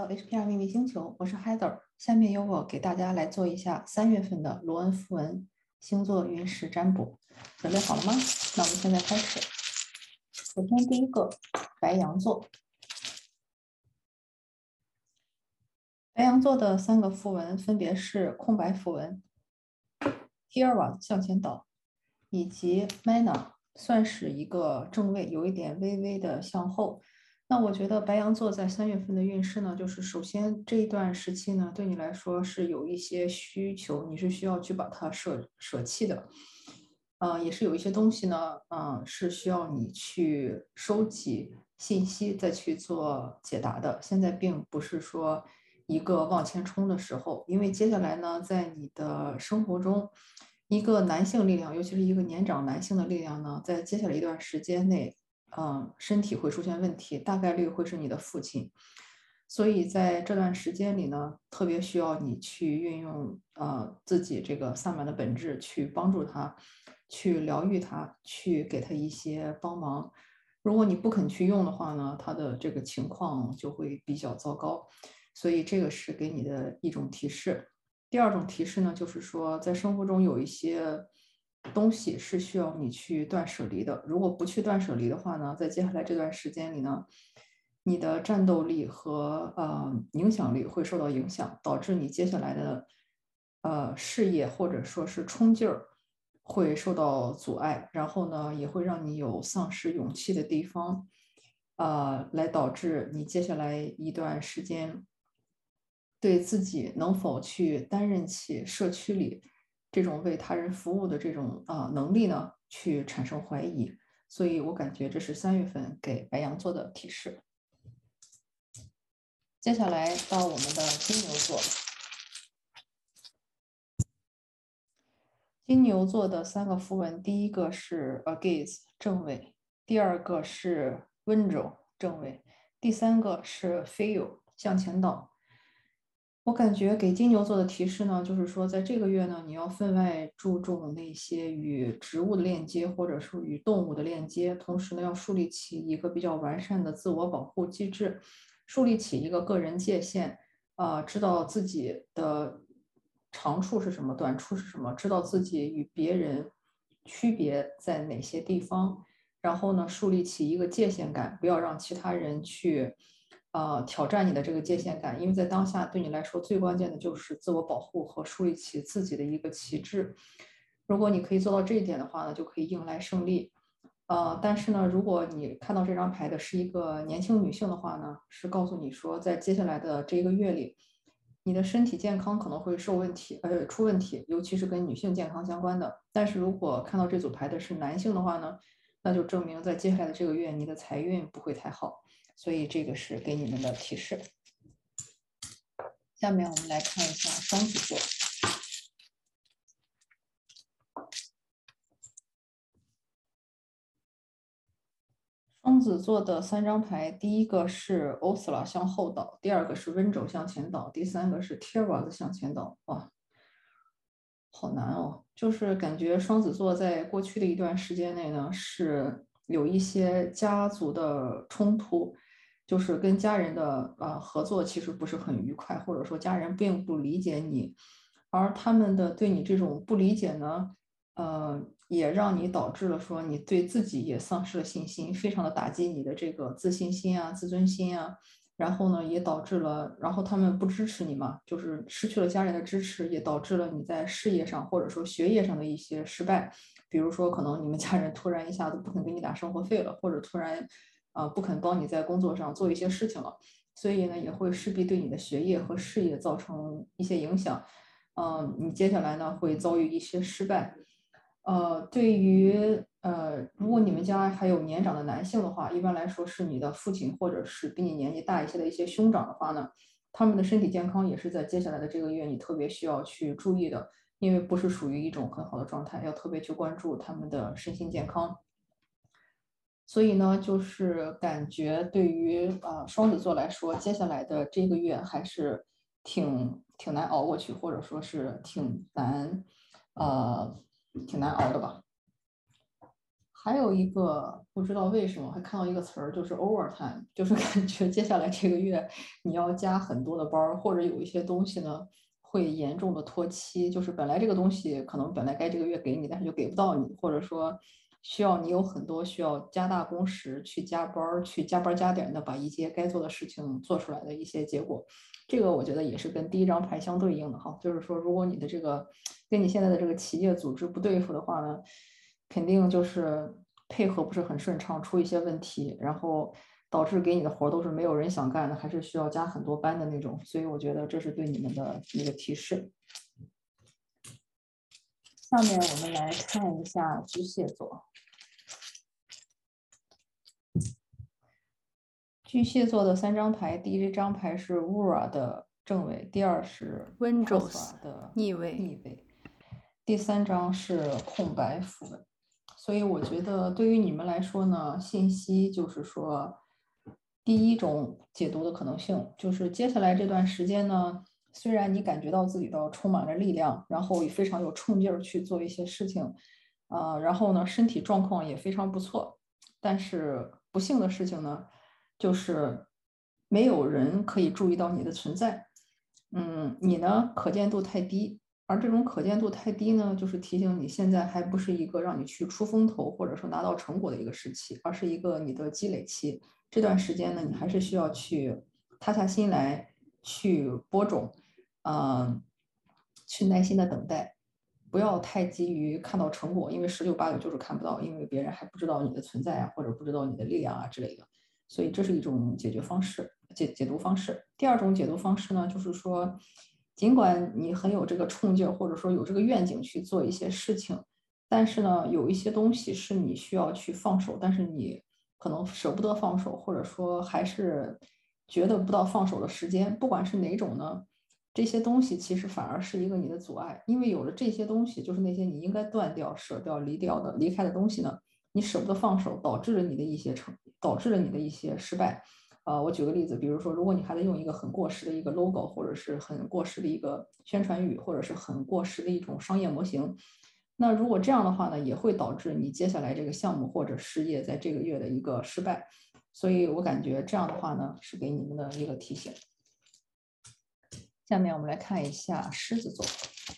到 HPR 秘密星球，我是 Heather。下面由我给大家来做一下3月份的罗恩符文星座运势占卜。准备好了吗？那我们现在开始。首先，第一个白羊座，白羊座的3个符文分别是空白符文、Tirwa 向前倒以及 Mana， 算是一个正位，有一点微微的向后。那我觉得白羊座在3月份的运势呢，就是首先这一段时期呢，对你来说是有一些需求，你是需要去把它舍弃的，也是有一些东西呢，是需要你去收集信息再去做解答的。现在并不是说一个往前冲的时候，因为接下来呢，在你的生活中，一个男性力量，尤其是一个年长男性的力量呢，在接下来一段时间内。身体会出现问题，大概率会是你的父亲。所以在这段时间里呢，特别需要你去运用自己这个萨满的本质去帮助他，去疗愈他，去给他一些帮忙。如果你不肯去用的话呢，他的这个情况就会比较糟糕。所以这个是给你的一种提示。第二种提示呢，就是说在生活中有一些东西是需要你去断舍离的。如果不去断舍离的话呢，在接下来这段时间里呢，你的战斗力和影响力会受到影响，导致你接下来的事业或者说是冲劲儿会受到阻碍，然后呢，也会让你有丧失勇气的地方，来导致你接下来一段时间对自己能否去担任起社区里这种为他人服务的这种能力呢，去产生怀疑。所以我感觉这是3月份给白羊座的提示。接下来到我们的金牛座，金牛座的3个符文，第一个是 Agaze 正位，第二个是 Window 正位，第三个是 Feel 向前倒。我感觉给金牛座的提示呢，就是说，在这个月呢，你要分外注重那些与植物的链接，或者是与动物的链接，同时呢，要树立起一个比较完善的自我保护机制，树立起一个个人界限，知道自己的长处是什么，短处是什么，知道自己与别人区别在哪些地方，然后呢，树立起一个界限感，不要让其他人去。挑战你的这个界限感，因为在当下对你来说最关键的就是自我保护和树立起自己的一个旗帜。如果你可以做到这一点的话呢，就可以迎来胜利。但是呢，如果你看到这张牌的是一个年轻女性的话呢，是告诉你说，在接下来的这一个月里，你的身体健康可能会出问题，尤其是跟女性健康相关的。但是如果看到这组牌的是男性的话呢，那就证明在接下来的这个月，你的财运不会太好。所以这个是给你们的提示。下面我们来看一下双子座。双子座的3张牌，第一个是 Osla 向后倒，第二个是温轴向前倒，第三个是 Tirwa 向前倒。哇，好难哦！就是感觉双子座在过去的一段时间内呢，是有一些家族的冲突，就是跟家人的合作其实不是很愉快，或者说家人并不理解你，而他们的对你这种不理解呢，也让你导致了说你对自己也丧失了信心，非常的打击你的这个自信心啊、自尊心啊。然后呢，也导致了，然后他们不支持你嘛，就是失去了家人的支持，也导致了你在事业上或者说学业上的一些失败。比如说，可能你们家人突然一下子不肯给你打生活费了，或者突然不肯帮你在工作上做一些事情了，所以呢，也会势必对你的学业和事业造成一些影响。你接下来呢会遭遇一些失败。对于如果你们家还有年长的男性的话，一般来说是你的父亲或者是比你年纪大一些的一些兄长的话呢，他们的身体健康也是在接下来的这个月你特别需要去注意的，因为不是属于一种很好的状态，要特别去关注他们的身心健康。所以呢，就是感觉对于双子座来说，接下来的这个月还是挺难熬过去，或者说是呃挺难熬的吧。 还有一个不知道为什么还看到一个词儿，就是 overtime，就是感觉接下来这个月你要加很多的班儿，或者有一些东西呢会严重的拖期，就是本来这个东西可能本来该这个月给你，但是就给不到你，或者说需要你有很多需要加大工时去加班儿，去加班加点的把一些该做的事情做出来的一些结果。这个我觉得也是跟第一张牌相对应的哈，就是说如果你的这个跟你现在的这个企业组织不对付的话呢，肯定就是配合不是很顺畅，出一些问题，然后导致给你的活都是没有人想干的，还是需要加很多班的那种。所以我觉得这是对你们的一个提示。下面我们来看一下巨蟹座。巨蟹座的3张牌，第一张牌是 Wura 的正位，第二是 Windrose 的逆位， 第3张是空白符文。所以我觉得对于你们来说呢，信息就是说，第一种解读的可能性就是接下来这段时间呢，虽然你感觉到自己的充满了力量，然后也非常有冲劲儿去做一些事情，然后呢，身体状况也非常不错，但是不幸的事情呢，就是没有人可以注意到你的存在。你呢可见度太低，而这种可见度太低呢，就是提醒你现在还不是一个让你去出风头或者说拿到成果的一个时期，而是一个你的积累期。这段时间呢，你还是需要去塌下心来去播种，去耐心的等待，不要太急于看到成果，因为十有八九就是看不到，因为别人还不知道你的存在啊，或者不知道你的力量啊之类的。所以这是一种解决方式，解读方式。第二种解读方式呢，就是说，尽管你很有这个冲劲儿，或者说有这个愿景去做一些事情，但是呢，有一些东西是你需要去放手，但是你可能舍不得放手，或者说还是觉得不到放手的时间。不管是哪种呢，这些东西其实反而是一个你的阻碍，因为有了这些东西，就是那些你应该断掉、舍掉、离开的东西呢。你舍不得放手，导致了你的一些失败。我举个例子，比如说，如果你还在用一个很过时的一个 logo，或者是很过时的一个宣传语，或者是很过时的一种商业模型，那如果这样的话呢，也会导致你接下来这个项目或者事业在这个月的一个失败。所以我感觉这样的话呢，是给你们的一个提醒。下面我们来看一下狮子座。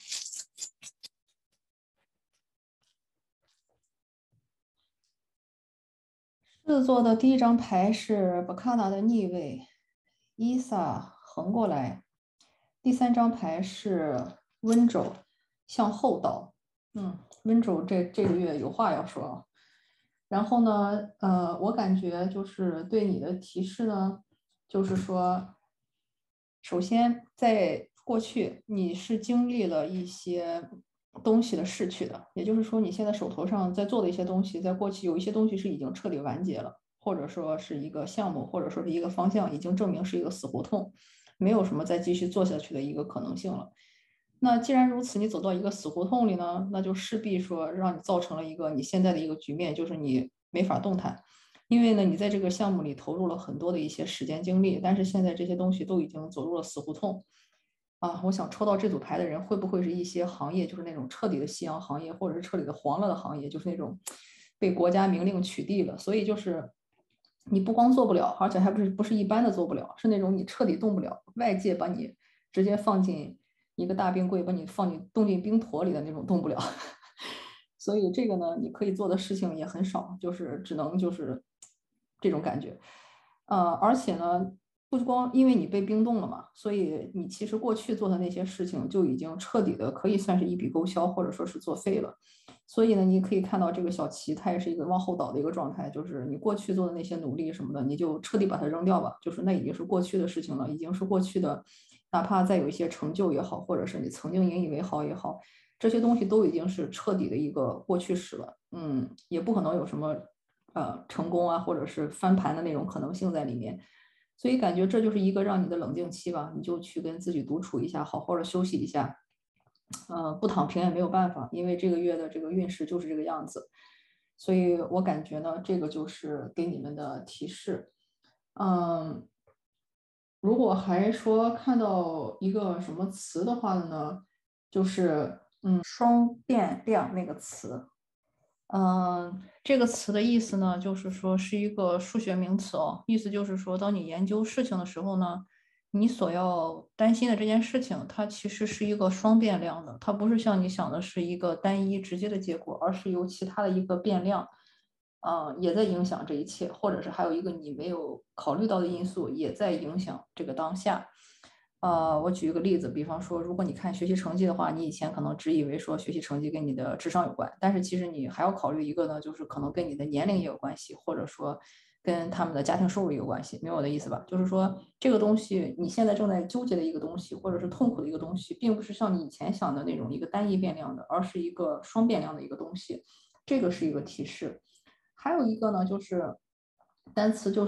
狮子座的第一张牌是巴卡纳的逆位，伊萨横过来。第3张牌是温州向后倒。温州这个月有话要说。然后呢，我感觉就是对你的提示呢，就是说，首先在过去你是经历了一些东西的逝去的，也就是说你现在手头上在做的一些东西，在过去有一些东西是已经彻底完结了，或者说是一个项目，或者说是一个方向，已经证明是一个死胡同，没有什么再继续做下去的一个可能性了。那既然如此，你走到一个死胡同里呢，那就势必说让你造成了一个你现在的一个局面，就是你没法动弹。因为呢，你在这个项目里投入了很多的一些时间精力，但是现在这些东西都已经走入了死胡同。我想抽到这组牌的人，会不会是一些行业，就是那种彻底的夕阳行业，或者是彻底的黄了的行业，就是那种被国家明令取缔了。所以就是你不光做不了，而且还不是一般的做不了，是那种你彻底动不了，外界把你直接放进一个大冰柜，把你冻进冰坨里的那种动不了。所以这个呢，你可以做的事情也很少，就是只能就是这种感觉。而且呢，不光因为你被冰冻了嘛，所以你其实过去做的那些事情就已经彻底的可以算是一笔勾销，或者说是作废了。所以呢，你可以看到这个小旗，它也是一个往后倒的一个状态，就是你过去做的那些努力什么的，你就彻底把它扔掉吧，就是那已经是过去的事情了，已经是过去的，哪怕再有一些成就也好，或者是你曾经引以为豪也好，这些东西都已经是彻底的一个过去式了。也不可能有什么成功啊，或者是翻盘的那种可能性在里面。所以感觉这就是一个让你的冷静期吧，你就去跟自己独处一下，好好的休息一下。不躺平也没有办法，因为这个月的这个运势就是这个样子。所以我感觉呢，这个就是给你们的提示。嗯，如果还说看到一个什么词的话呢，就是双变量那个词。 这个词的意思呢，就是说是一个数学名词哦，意思就是说，当你研究事情的时候呢，你所要担心的这件事情，它其实是一个双变量的，它不是像你想的是一个单一直接的结果，而是由其他的一个变量，也在影响这一切，或者是还有一个你没有考虑到的因素也在影响这个当下。我举一个例子，比方说，如果你看学习成绩的话，你以前可能只以为说学习成绩跟你的智商有关，但是其实你还要考虑一个呢，就是可能跟你的年龄也有关系，或者说跟他们的家庭收入也有关系，明白我的意思吧？就是说这个东西你现在正在纠结的一个东西，或者是痛苦的一个东西，并不是像你以前想的那种一个单一变量的，而是一个双变量的一个东西，这个是一个提示。还有一个呢，就是单词就是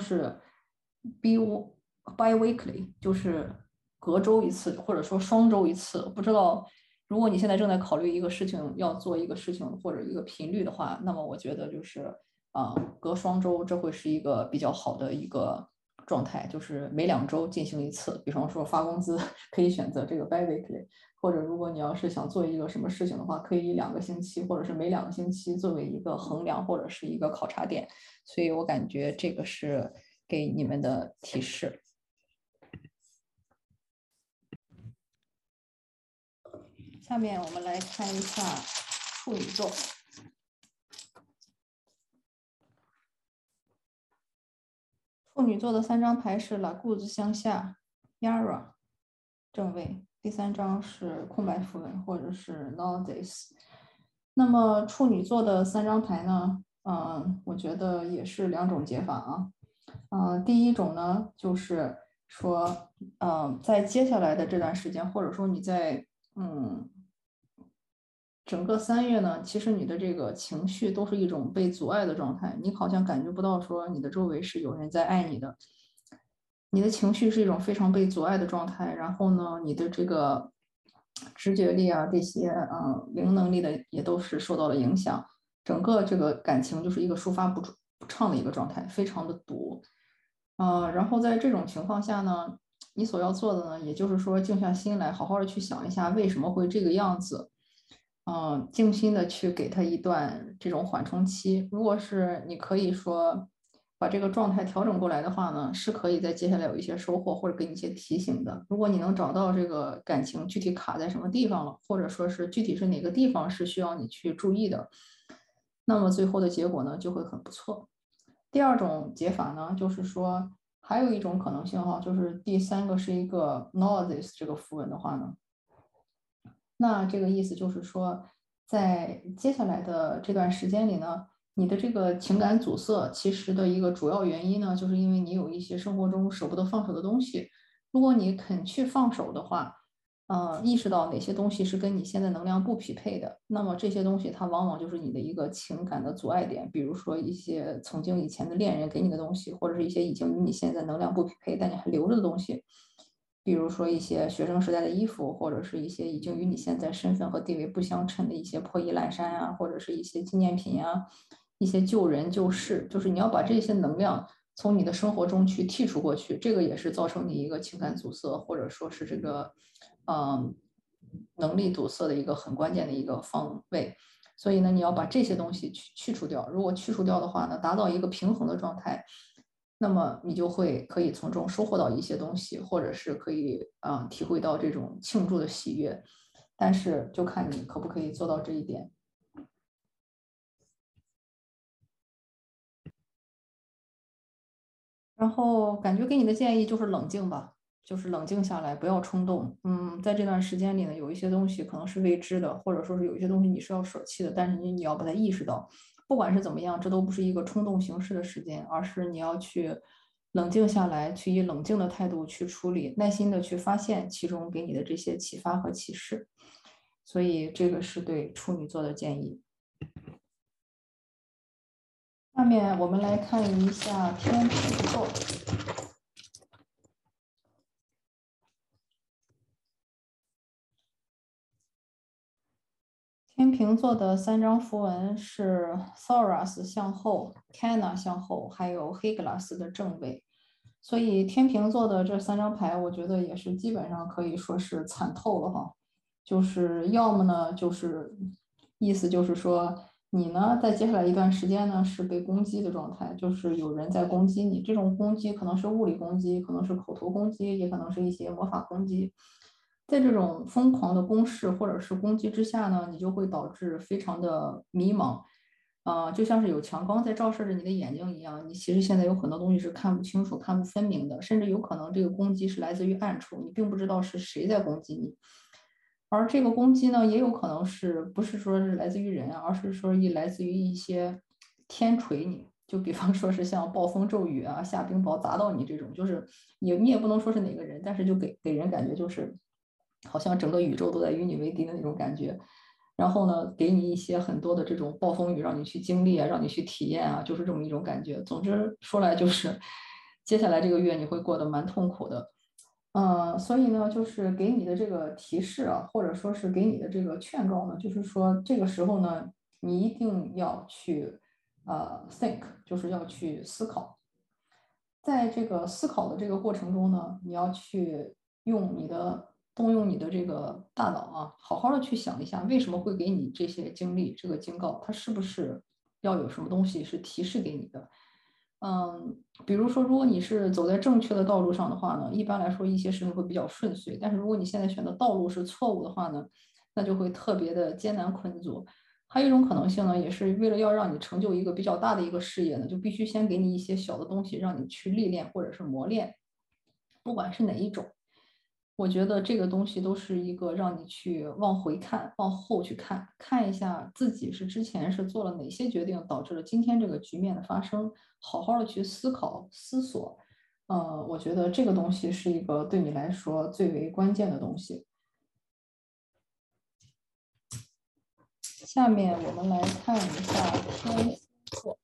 biweekly，就是隔周一次，或者说双周一次。不知道，如果你现在正在考虑一个事情，要做一个事情或者一个频率的话，那么我觉得就是隔双周，这会是一个比较好的一个状态，就是每2周进行一次。比方说发工资可以选择这个 biweekly，或者如果你要是想做一个什么事情的话，可以以2个星期或者是每2个星期作为一个衡量或者是一个考察点。所以我感觉这个是给你们的提示。下面我们来看一下处女座。处女座的3张牌是 Laguz 向下 Yara 正位，第3张是空白符文或者是 Nodis。那么处女座的3张牌呢，我觉得也是2种解法啊。第一种呢，就是说，在接下来的这段时间，或者说你在整个3月呢，其实你的这个情绪都是一种被阻碍的状态，你好像感觉不到说你的周围是有人在爱你的，你的情绪是一种非常被阻碍的状态。然后呢，你的这个直觉力啊，这些灵能力的也都是受到了影响，整个这个感情就是一个抒发不畅的一个状态，非常的堵。然后在这种情况下呢，你所要做的呢，也就是说静下心来，好好的去想一下为什么会这个样子。静心的去给他一段这种缓冲期。如果是你可以说把这个状态调整过来的话呢，是可以在接下来有一些收获或者给你一些提醒的。如果你能找到这个感情具体卡在什么地方了，或者说是具体是哪个地方是需要你去注意的，那么最后的结果呢就会很不错。第二种解法呢，就是说还有一种可能性哈，就是第3个是一个 Nodis 这个符文的话呢。那这个意思就是说，在接下来的这段时间里呢，你的这个情感阻塞，其实的一个主要原因呢，就是因为你有一些生活中舍不得放手的东西。如果你肯去放手的话，意识到哪些东西是跟你现在能量不匹配的，那么这些东西它往往就是你的一个情感的阻碍点。比如说一些曾经以前的恋人给你的东西，或者是一些已经与你现在能量不匹配但你还留着的东西。比如说一些学生时代的衣服，或者是一些已经与你现在身份和地位不相称的一些破衣烂衫啊，或者是一些纪念品啊，一些旧人旧事，就是你要把这些能量从你的生活中去剔除过去，这个也是造成你一个情感阻塞，或者说是这个能力堵塞的一个很关键的一个方位。所以呢，你要把这些东西去除掉。如果去除掉的话呢，达到一个平衡的状态，那么你就会可以从中收获到一些东西，或者是可以体会到这种庆祝的喜悦。但是就看你可不可以做到这一点。然后感觉给你的建议就是冷静吧，就是冷静下来，不要冲动。在这段时间里呢，有一些东西可能是未知的，或者说是有一些东西你是要舍弃的，但是你要把它意识到。不管是怎么样，这都不是一个冲动行事的时间，而是你要去冷静下来，去以冷静的态度去处理，耐心的去发现其中给你的这些启发和启示。所以这个是对处女座的建议。下面我们来看一下天秤座。天秤座的3张符文是 Thoras 向后，Cana 向后，还有黑格拉斯的正位。所以天秤座的这3张牌，我觉得也是基本上可以说是惨透了哈。就是要么呢，就是意思就是说你呢，在接下来一段时间呢，是被攻击的状态，就是有人在攻击你。这种攻击可能是物理攻击，可能是口头攻击，也可能是一些魔法攻击。在这种疯狂的攻势或者是攻击之下呢，你就会导致非常的迷茫，就像是有强光在照射着你的眼睛一样。你其实现在有很多东西是看不清楚、看不分明的，甚至有可能这个攻击是来自于暗处，你并不知道是谁在攻击你。而这个攻击呢，也有可能不是说是来自于人啊，而是说来自于一些天锤你。就比方说是像暴风骤雨啊、下冰雹砸到你这种，就是你也不能说是哪个人，但是就给人感觉就是好像整个宇宙都在与你为敌的那种感觉。然后呢，给你一些很多的这种暴风雨，让你去经历啊，让你去体验啊，就是这么一种感觉。总之说来就是，接下来这个月你会过得蛮痛苦的。所以呢，就是给你的这个提示啊，或者说是给你的这个劝告呢，就是说这个时候呢，你一定要去think，就是要去思考。在这个思考的这个过程中呢，你要去动用你的这个大脑啊，好好的去想一下，为什么会给你这些经历，这个警告，它是不是要有什么东西是提示给你的？比如说，如果你是走在正确的道路上的话呢，一般来说一些事情会比较顺遂。但是如果你现在选的道路是错误的话呢，那就会特别的艰难困阻。还有一种可能性呢，也是为了要让你成就一个比较大的一个事业呢，就必须先给你一些小的东西，让你去历练或者是磨练，不管是哪一种。我觉得这个东西都是一个让你去往回看、往后去看，看一下自己是之前是做了哪些决定，导致了今天这个局面的发生，好好的去思考、思索。我觉得这个东西是一个对你来说最为关键的东西。下面我们来看一下天蝎座。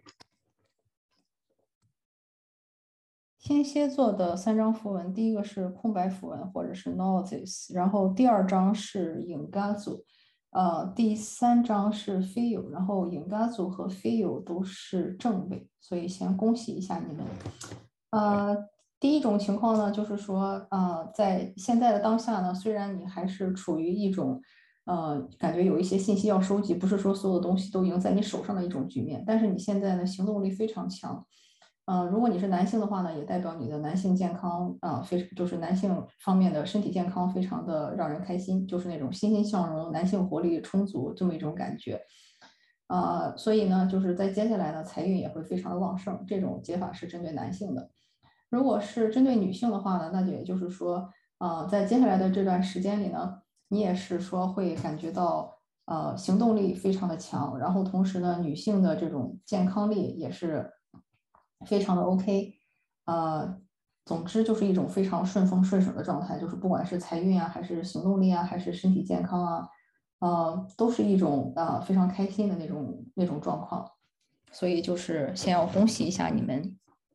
天蝎座的三张符文，第一个是空白符文或者是 Notice，然后第二张是影嘎组，第三张是飞友，然后影嘎组和飞友都是正位，所以先恭喜一下你们。呃，第一种情况呢，就是说，在现在的当下呢，虽然你还是处于一种感觉有一些信息要收集，不是说所有的东西都已经在你手上的一种局面，但是你现在呢，行动力非常强。如果你是男性的话呢，也代表你的男性健康就是男性方面的身体健康非常的让人开心，就是那种欣欣向荣、男性活力充足这么一种感觉。所以呢，就是在接下来呢，财运也会非常的旺盛。这种解法是针对男性的。如果是针对女性的话呢，那就也就是说，在接下来的这段时间里呢，你也是说会感觉到行动力非常的强，然后同时呢，女性的这种健康力也是非常的 OK，总之就是一种非常顺风顺水的状态，就是不管是财运啊，还是行动力啊，还是身体健康啊，都是一种非常开心的那种状况。所以就是先要恭喜一下你们。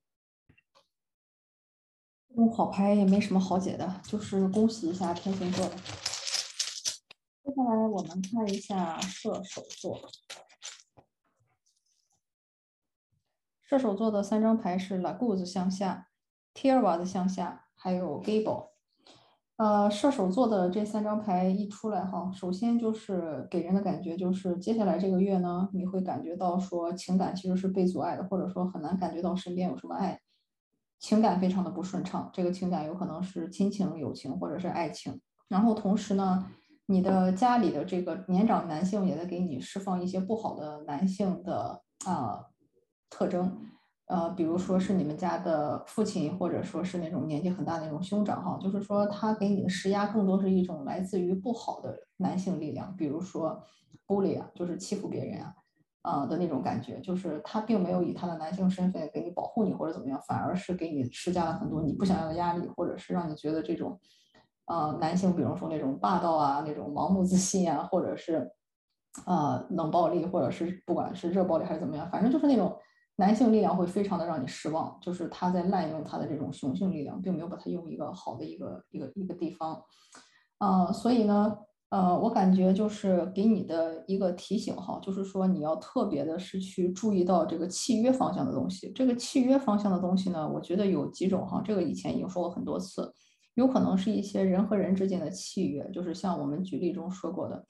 这种好牌也没什么好解的，就是恭喜一下天蝎座的。接下来我们看一下射手座。射手座的三张牌是 Laguz 向下、Tierwas 向下，还有 Gable。射手座的这三张牌一出来哈，首先就是给人的感觉就是接下来这个月呢，你会感觉到说情感其实是被阻碍的，或者说很难感觉到身边有什么爱，情感非常的不顺畅。这个情感有可能是亲情、友情或者是爱情。然后同时呢，你的家里的这个年长男性也在给你释放一些不好的男性的特征。比如说是你们家的父亲，或者说是那种年纪很大的那种兄长哈，就是说他给你的施压更多是一种来自于不好的男性力量，比如说 bully 啊，就是欺负别人啊，的那种感觉，就是他并没有以他的男性身份给你保护你或者怎么样，反而是给你施加了很多你不想要的压力，或者是让你觉得这种男性，比如说那种霸道啊，那种盲目自信啊，或者是冷暴力，或者是不管是热暴力还是怎么样，反正就是那种男性力量会非常的让你失望，就是他在滥用他的这种雄性力量，并没有把它用一个好的一个地方。所以呢，我感觉就是给你的一个提醒哈，就是说你要特别的是去注意到这个契约方向的东西。这个契约方向的东西呢，我觉得有几种哈，这个以前已经说过很多次，有可能是一些人和人之间的契约，就是像我们举例中说过的。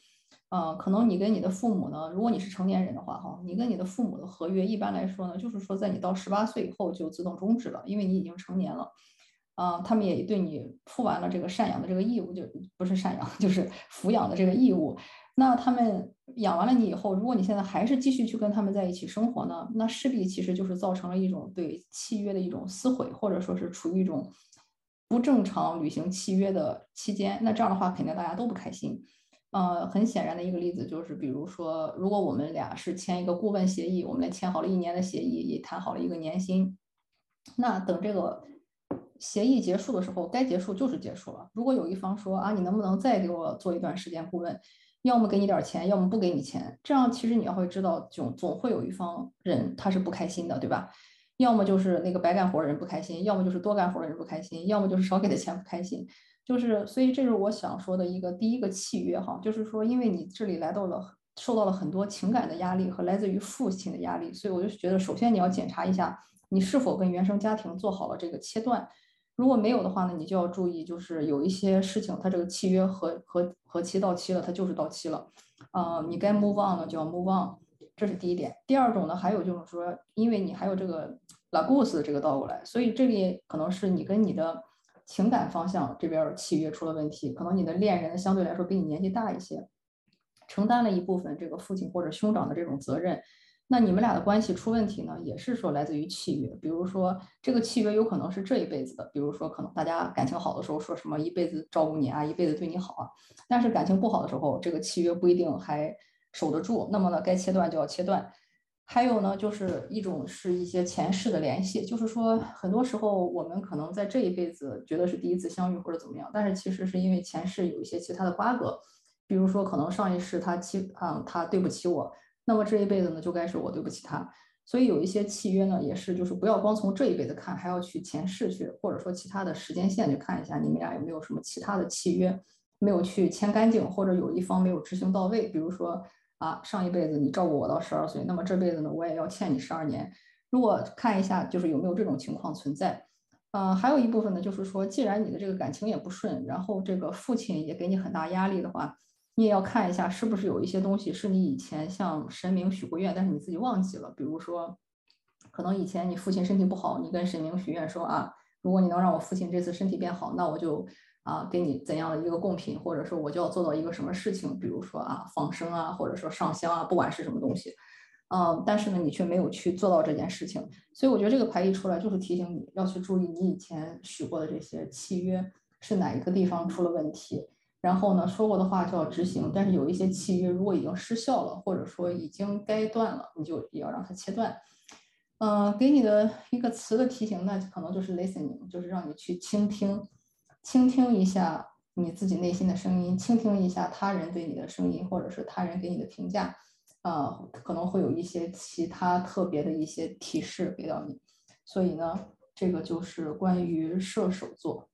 可能你跟你的父母呢，如果你是成年人的话，哈，你跟你的父母的合约一般来说呢，就是说在你到18岁以后就自动终止了，因为你已经成年了。他们也对你负完了这个赡养的这个义务，就不是赡养，就是抚养的这个义务。那他们养完了你以后，如果你现在还是继续去跟他们在一起生活呢，那势必其实就是造成了一种对契约的一种撕毁，或者说是处于一种不正常履行契约的期间。那这样的话，肯定大家都不开心。很显然的一个例子就是，比如说，如果我们俩是签一个顾问协议，我们俩签好了1年的协议，也谈好了一个年薪，那等这个协议结束的时候，该结束就是结束了。如果有一方说啊，你能不能再给我做一段时间顾问，要么给你点钱，要么不给你钱，这样其实你要会知道，总会有一方人他是不开心的，对吧？要么就是那个白干活的人不开心，要么就是多干活的人不开心，要么就是少给的钱不开心。就是所以这是我想说的第一个契约哈，就是说因为你这里受到了很多情感的压力和来自于父亲的压力，所以我就觉得首先你要检查一下你是否跟原生家庭做好了这个切断。如果没有的话呢，你就要注意，就是有一些事情，它这个契约和期到期了，它就是到期了。你该 move on 呢就要 move on，这是第一点。第二种呢，还有就是说，因为你还有这个 Lagos 这个倒过来，所以这里可能是你跟你的情感方向这边契约出了问题，可能你的恋人相对来说比你年纪大一些，承担了一部分这个父亲或者兄长的这种责任。那你们俩的关系出问题呢，也是说来自于契约，比如说这个契约有可能是这一辈子的，比如说可能大家感情好的时候说什么一辈子照顾你啊，一辈子对你好啊，但是感情不好的时候，这个契约不一定还守得住，那么呢，该切断就要切断。还有呢，就是一些前世的联系，就是说，很多时候我们可能在这一辈子觉得是第一次相遇或者怎么样，但是其实是因为前世有一些其他的瓜葛，比如说可能上一世他对不起我，那么这一辈子呢就该是我对不起他，所以有一些契约呢也是就是不要光从这一辈子看，还要去前世去，或者说其他的时间线去看一下你们俩有没有什么其他的契约没有去签干净，或者有一方没有执行到位，比如说上一辈子你照顾我到12岁，那么这辈子呢我也要欠你12年。如果看一下就是有没有这种情况存在。还有一部分呢，就是说，既然你的这个感情也不顺，然后这个父亲也给你很大压力的话，你也要看一下是不是有一些东西是你以前向神明许过愿，但是你自己忘记了。比如说，可能以前你父亲身体不好，你跟神明许愿说如果你能让我父亲这次身体变好，那我就给你怎样的一个贡品，或者说我就要做到一个什么事情，比如说放生或者说上香不管是什么东西。但是呢，你却没有去做到这件事情，所以我觉得这个牌一出来就是提醒你要去注意你以前许过的这些契约是哪一个地方出了问题，然后呢，说过的话就要执行，但是有一些契约如果已经失效了，或者说已经该断了，你就也要让它切断。给你的一个词的提醒，那可能就是 listening，就是让你去倾听，倾听一下你自己内心的声音，倾听一下他人对你的声音，或者是他人给你的评价，可能会有一些其他特别的一些提示给到你。所以呢，这个就是关于射手座。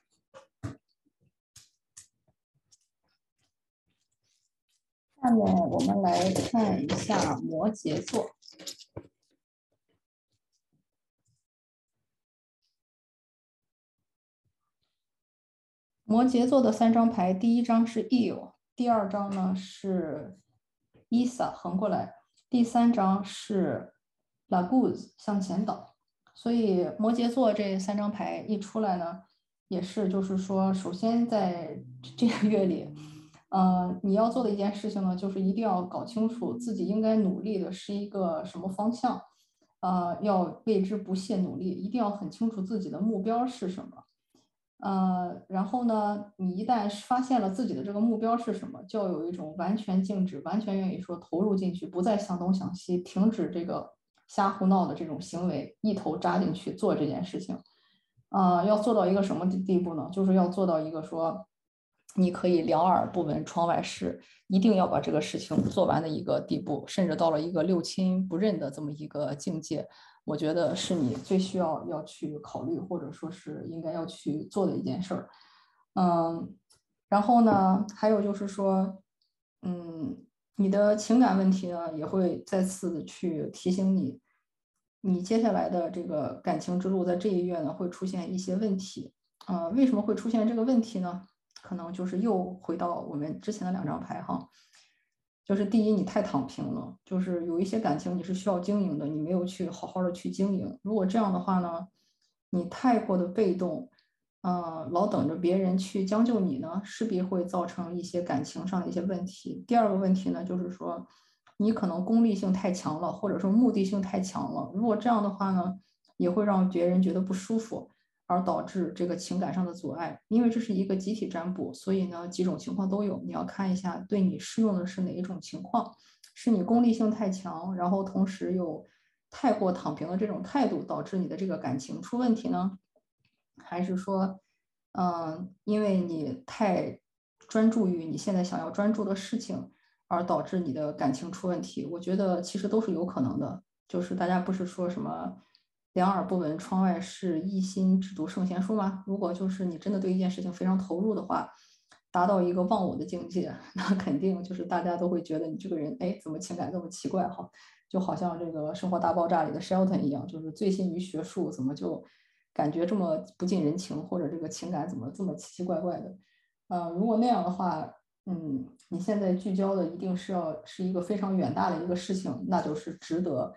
下面我们来看一下摩羯座。摩羯座的3张牌，第一张是 Eel，第二张呢是 Isa 横过来，第三张是 Laguz 向前倒。所以摩羯座这3张牌一出来呢，也是就是说，首先在这个月里，你要做的一件事情呢，就是一定要搞清楚自己应该努力的是一个什么方向，要为之不懈努力，一定要很清楚自己的目标是什么。然后呢，你一旦发现了自己的这个目标是什么，就要有一种完全静止、完全愿意说投入进去，不再想东想西，停止这个瞎胡闹的这种行为，一头扎进去做这件事情。要做到一个什么地步呢？就是要做到一个说，你可以两耳不闻窗外事，一定要把这个事情做完的一个地步，甚至到了一个六亲不认的这么一个境界。我觉得是你最需要去考虑，或者说是应该要去做的一件事儿。然后呢，还有就是说，你的情感问题呢，也会再次的去提醒你，你接下来的这个感情之路，在这一月呢，会出现一些问题。为什么会出现这个问题呢？可能就是又回到我们之前的2张牌哈。 就是第一，你太躺平了，就是有一些感情你是需要经营的，你没有去好好的去经营。如果这样的话呢，你太过的被动，老等着别人去将就你呢，势必会造成一些感情上的一些问题。第二个问题呢，就是说你可能功利性太强了，或者说目的性太强了。如果这样的话呢，也会让别人觉得不舒服。而导致这个情感上的阻碍。因为这是一个集体占卜，所以呢，几种情况都有，你要看一下对你适用的是哪一种情况，是你功利性太强，然后同时又太过躺平的这种态度，导致你的这个感情出问题呢？还是说，因为你太专注于你现在想要专注的事情，而导致你的感情出问题？我觉得其实都是有可能的。就是大家不是说什么两耳不闻窗外事，一心只读圣贤书吗？如果就是你真的对一件事情非常投入的话，达到一个忘我的境界，那肯定就是大家都会觉得你这个人，哎，怎么情感这么奇怪哈？就好像这个《生活大爆炸》里的 Shelton 一样，就是醉心于学术，怎么就感觉这么不近人情，或者这个情感怎么这么奇奇怪怪的？如果那样的话，你现在聚焦的一定是一个非常远大的一个事情，那就是值得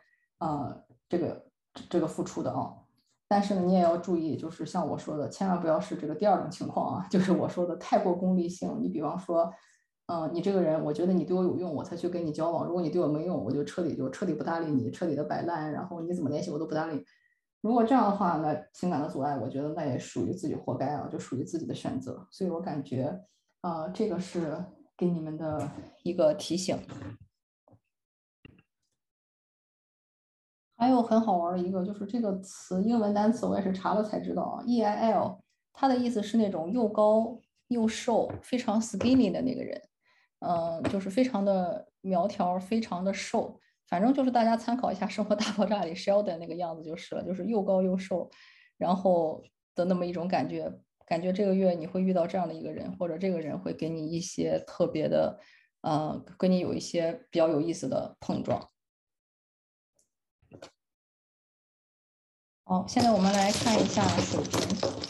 这个付出的啊。但是呢，你也要注意，就是像我说的，千万不要是这个第二种情况啊，就是我说的太过功利性。你比方说，你这个人，我觉得你对我有用，我才去跟你交往；如果你对我没用，我就彻底不搭理你，彻底的摆烂，然后你怎么联系我都不搭理。如果这样的话，那情感的阻碍，我觉得那也属于自己活该啊，就属于自己的选择。所以我感觉，这个是给你们的一个提醒。还有很好玩的一个，就是这个词英文单词，我也是查了才知道啊，EIL，它的意思是那种又高又瘦、非常 skinny 的那个人，就是非常的苗条、非常的瘦，反正就是大家参考一下《生活大爆炸》里 Sheldon 那个样子就是了，就是又高又瘦，然后的那么一种感觉，感觉这个月你会遇到这样的一个人，或者这个人会给你一些特别的，跟你有一些比较有意思的碰撞。好，现在我们来看一下水瓶。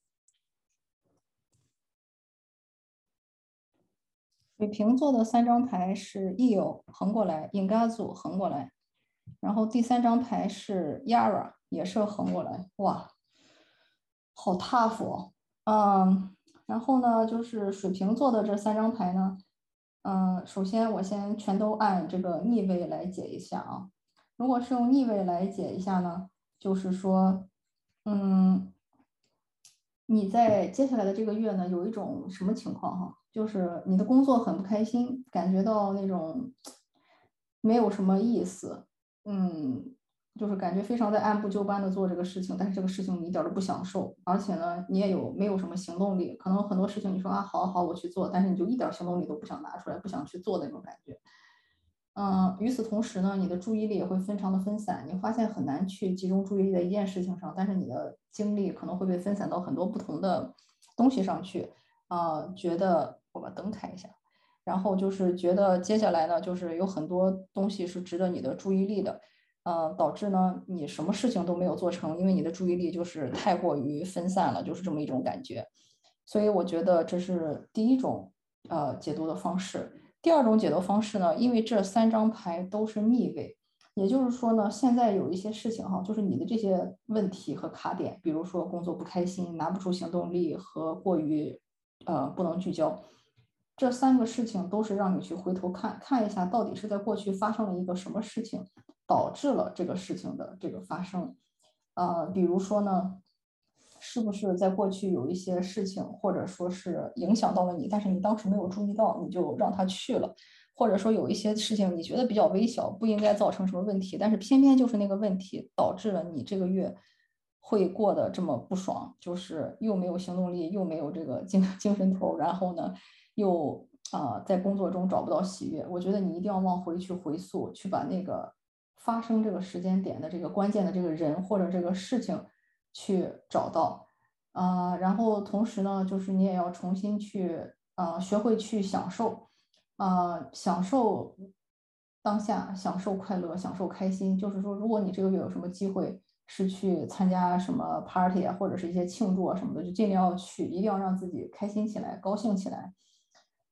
水瓶座的三张牌是 Eo 横过来，Ingazu 横过来，然后第三张牌是 Yara 也是横过来。哇，好 tough 哦。然后呢，就是水瓶座的这三张牌呢，首先我先全都按这个逆位来解一下啊。如果是用逆位来解一下呢，就是说，嗯，你在接下来的这个月呢，有一种什么情况哈？就是你的工作很不开心，感觉到那种没有什么意思，嗯，就是感觉非常在按部就班的做这个事情，但是这个事情你一点都不享受，而且呢，你也没有什么行动力，可能很多事情你说啊，好好我去做，但是你就一点行动力都不想拿出来，不想去做的那种感觉。与此同时呢，你的注意力也会非常的分散，你发现很难去集中注意力在一件事情上，但是你的精力可能会被分散到很多不同的东西上去，觉得我把灯开一下，然后就是觉得接下来呢，就是有很多东西是值得你的注意力的，导致呢你什么事情都没有做成，因为你的注意力就是太过于分散了，就是这么一种感觉，所以我觉得这是第一种解读的方式。第二种解读方式呢，因为这三张牌都是逆位，也就是说呢，现在有一些事情哈，就是你的这些问题和卡点，比如说工作不开心、拿不出行动力和过于不能聚焦，这三个事情都是让你去回头看看一下，到底是在过去发生了一个什么事情，导致了这个事情的这个发生。比如说呢，是不是在过去有一些事情，或者说是影响到了你，但是你当时没有注意到，你就让他去了，或者说有一些事情你觉得比较微小，不应该造成什么问题，但是偏偏就是那个问题导致了你这个月会过得这么不爽，就是又没有行动力，又没有这个精神头，然后呢，又在工作中找不到喜悦。我觉得你一定要往回去回溯，去把那个发生这个时间点的这个关键的这个人或者这个事情去找到，然后同时呢，就是你也要重新去学会去享受，享受当下，享受快乐，享受开心。就是说，如果你这个月有什么机会是去参加什么 party 啊，或者是一些庆祝啊什么的，就尽量要去，一定要让自己开心起来，高兴起来。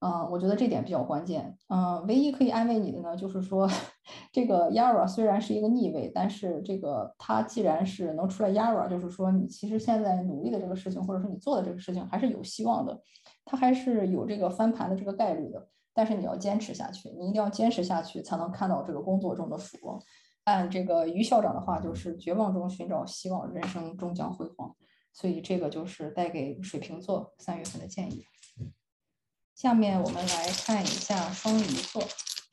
我觉得这点比较关键。唯一可以安慰你的呢，就是说，这个 Yara 虽然是一个逆位，但是这个它既然是能出来 Yara，就是说你其实现在努力的这个事情，或者说你做的这个事情还是有希望的，它还是有这个翻盘的这个概率的。但是你要坚持下去，你一定要坚持下去，才能看到这个工作中的曙光。按这个于校长的话，就是绝望中寻找希望，人生终将辉煌。所以这个就是带给水瓶座3月份的建议。下面我们来看一下双鱼座。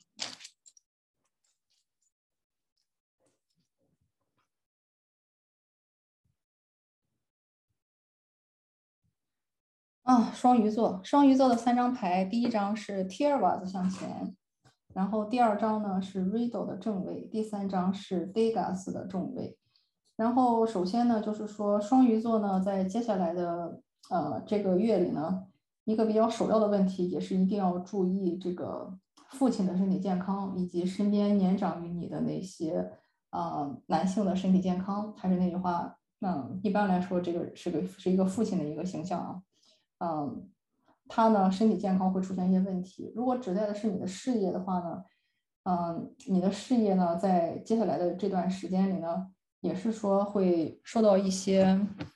双鱼座的3张牌，第一张是 Tier 瓦子向前，然后第2张呢是 Riddle 的正位，第3张是 Degas 的正位。然后首先呢，就是说双鱼座呢，在接下来的这个月里呢，一个比较首要的问题，也是一定要注意这个父亲的身体健康，以及身边年长于你的那些男性的身体健康。还是那句话，一般来说，这个是一个父亲的一个形象啊。他呢身体健康会出现一些问题。如果指代的是你的事业的话呢，你的事业呢在接下来的这段时间里呢，也是说会受到一些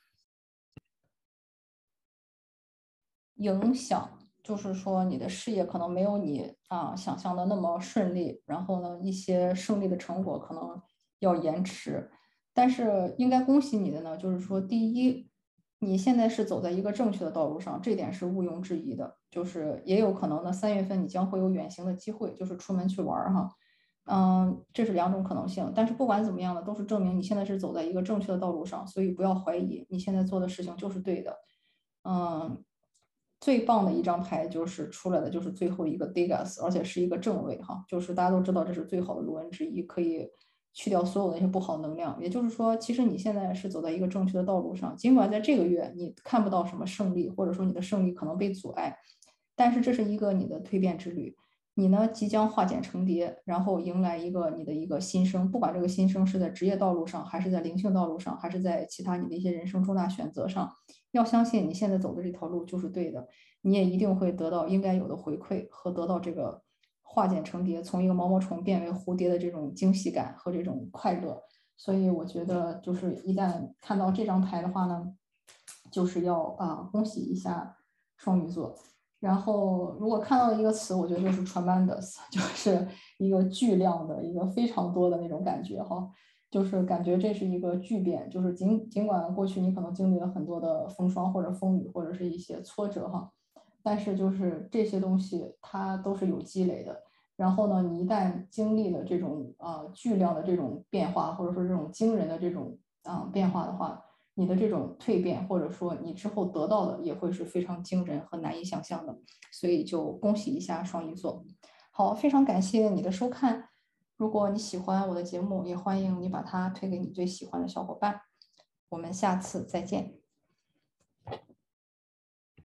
影响，就是说你的事业可能没有你想象的那么顺利，然后呢一些胜利的成果可能要延迟。但是应该恭喜你的呢，就是说第一，你现在是走在一个正确的道路上，这点是毋庸置疑的。就是也有可能呢3月份你将会有远行的机会，就是出门去玩哈。这是2种可能性，但是不管怎么样呢，都是证明你现在是走在一个正确的道路上，所以不要怀疑你现在做的事情就是对的。嗯，最棒的一张牌就是出来的就是最后一个 Degas，而且是一个正位哈，就是大家都知道这是最好的卢恩之一，可以去掉所有的那些不好能量。也就是说，其实你现在是走在一个正确的道路上，尽管在这个月你看不到什么胜利，或者说你的胜利可能被阻碍，但是这是一个你的蜕变之旅。你呢即将化茧成蝶，然后迎来你的一个新生，不管这个新生是在职业道路上，还是在灵性道路上，还是在其他你的一些人生重大选择上，要相信你现在走的这条路就是对的，你也一定会得到应该有的回馈和得到这个化茧成蝶，从一个毛毛虫变为蝴蝶的这种惊喜感和这种快乐。所以我觉得，就是一旦看到这张牌的话呢，就是要恭喜一下双鱼座。然后，如果看到一个词，我觉得就是 tremendous，就是一个巨量的一个非常多的那种感觉哈，就是感觉这是一个巨变，就是尽管过去你可能经历了很多的风霜或者风雨或者是一些挫折哈，但是就是这些东西它都是有积累的。然后呢，你一旦经历了这种巨量的这种变化，或者说这种惊人的这种变化的话，你的这种蜕变，或者说你之后得到的也会是非常惊人和难以想象的。所以就恭喜一下双鱼座。好，非常感谢你的收看。如果你喜欢我的节目，也欢迎你把它推给你最喜欢的小伙伴。我们下次再见。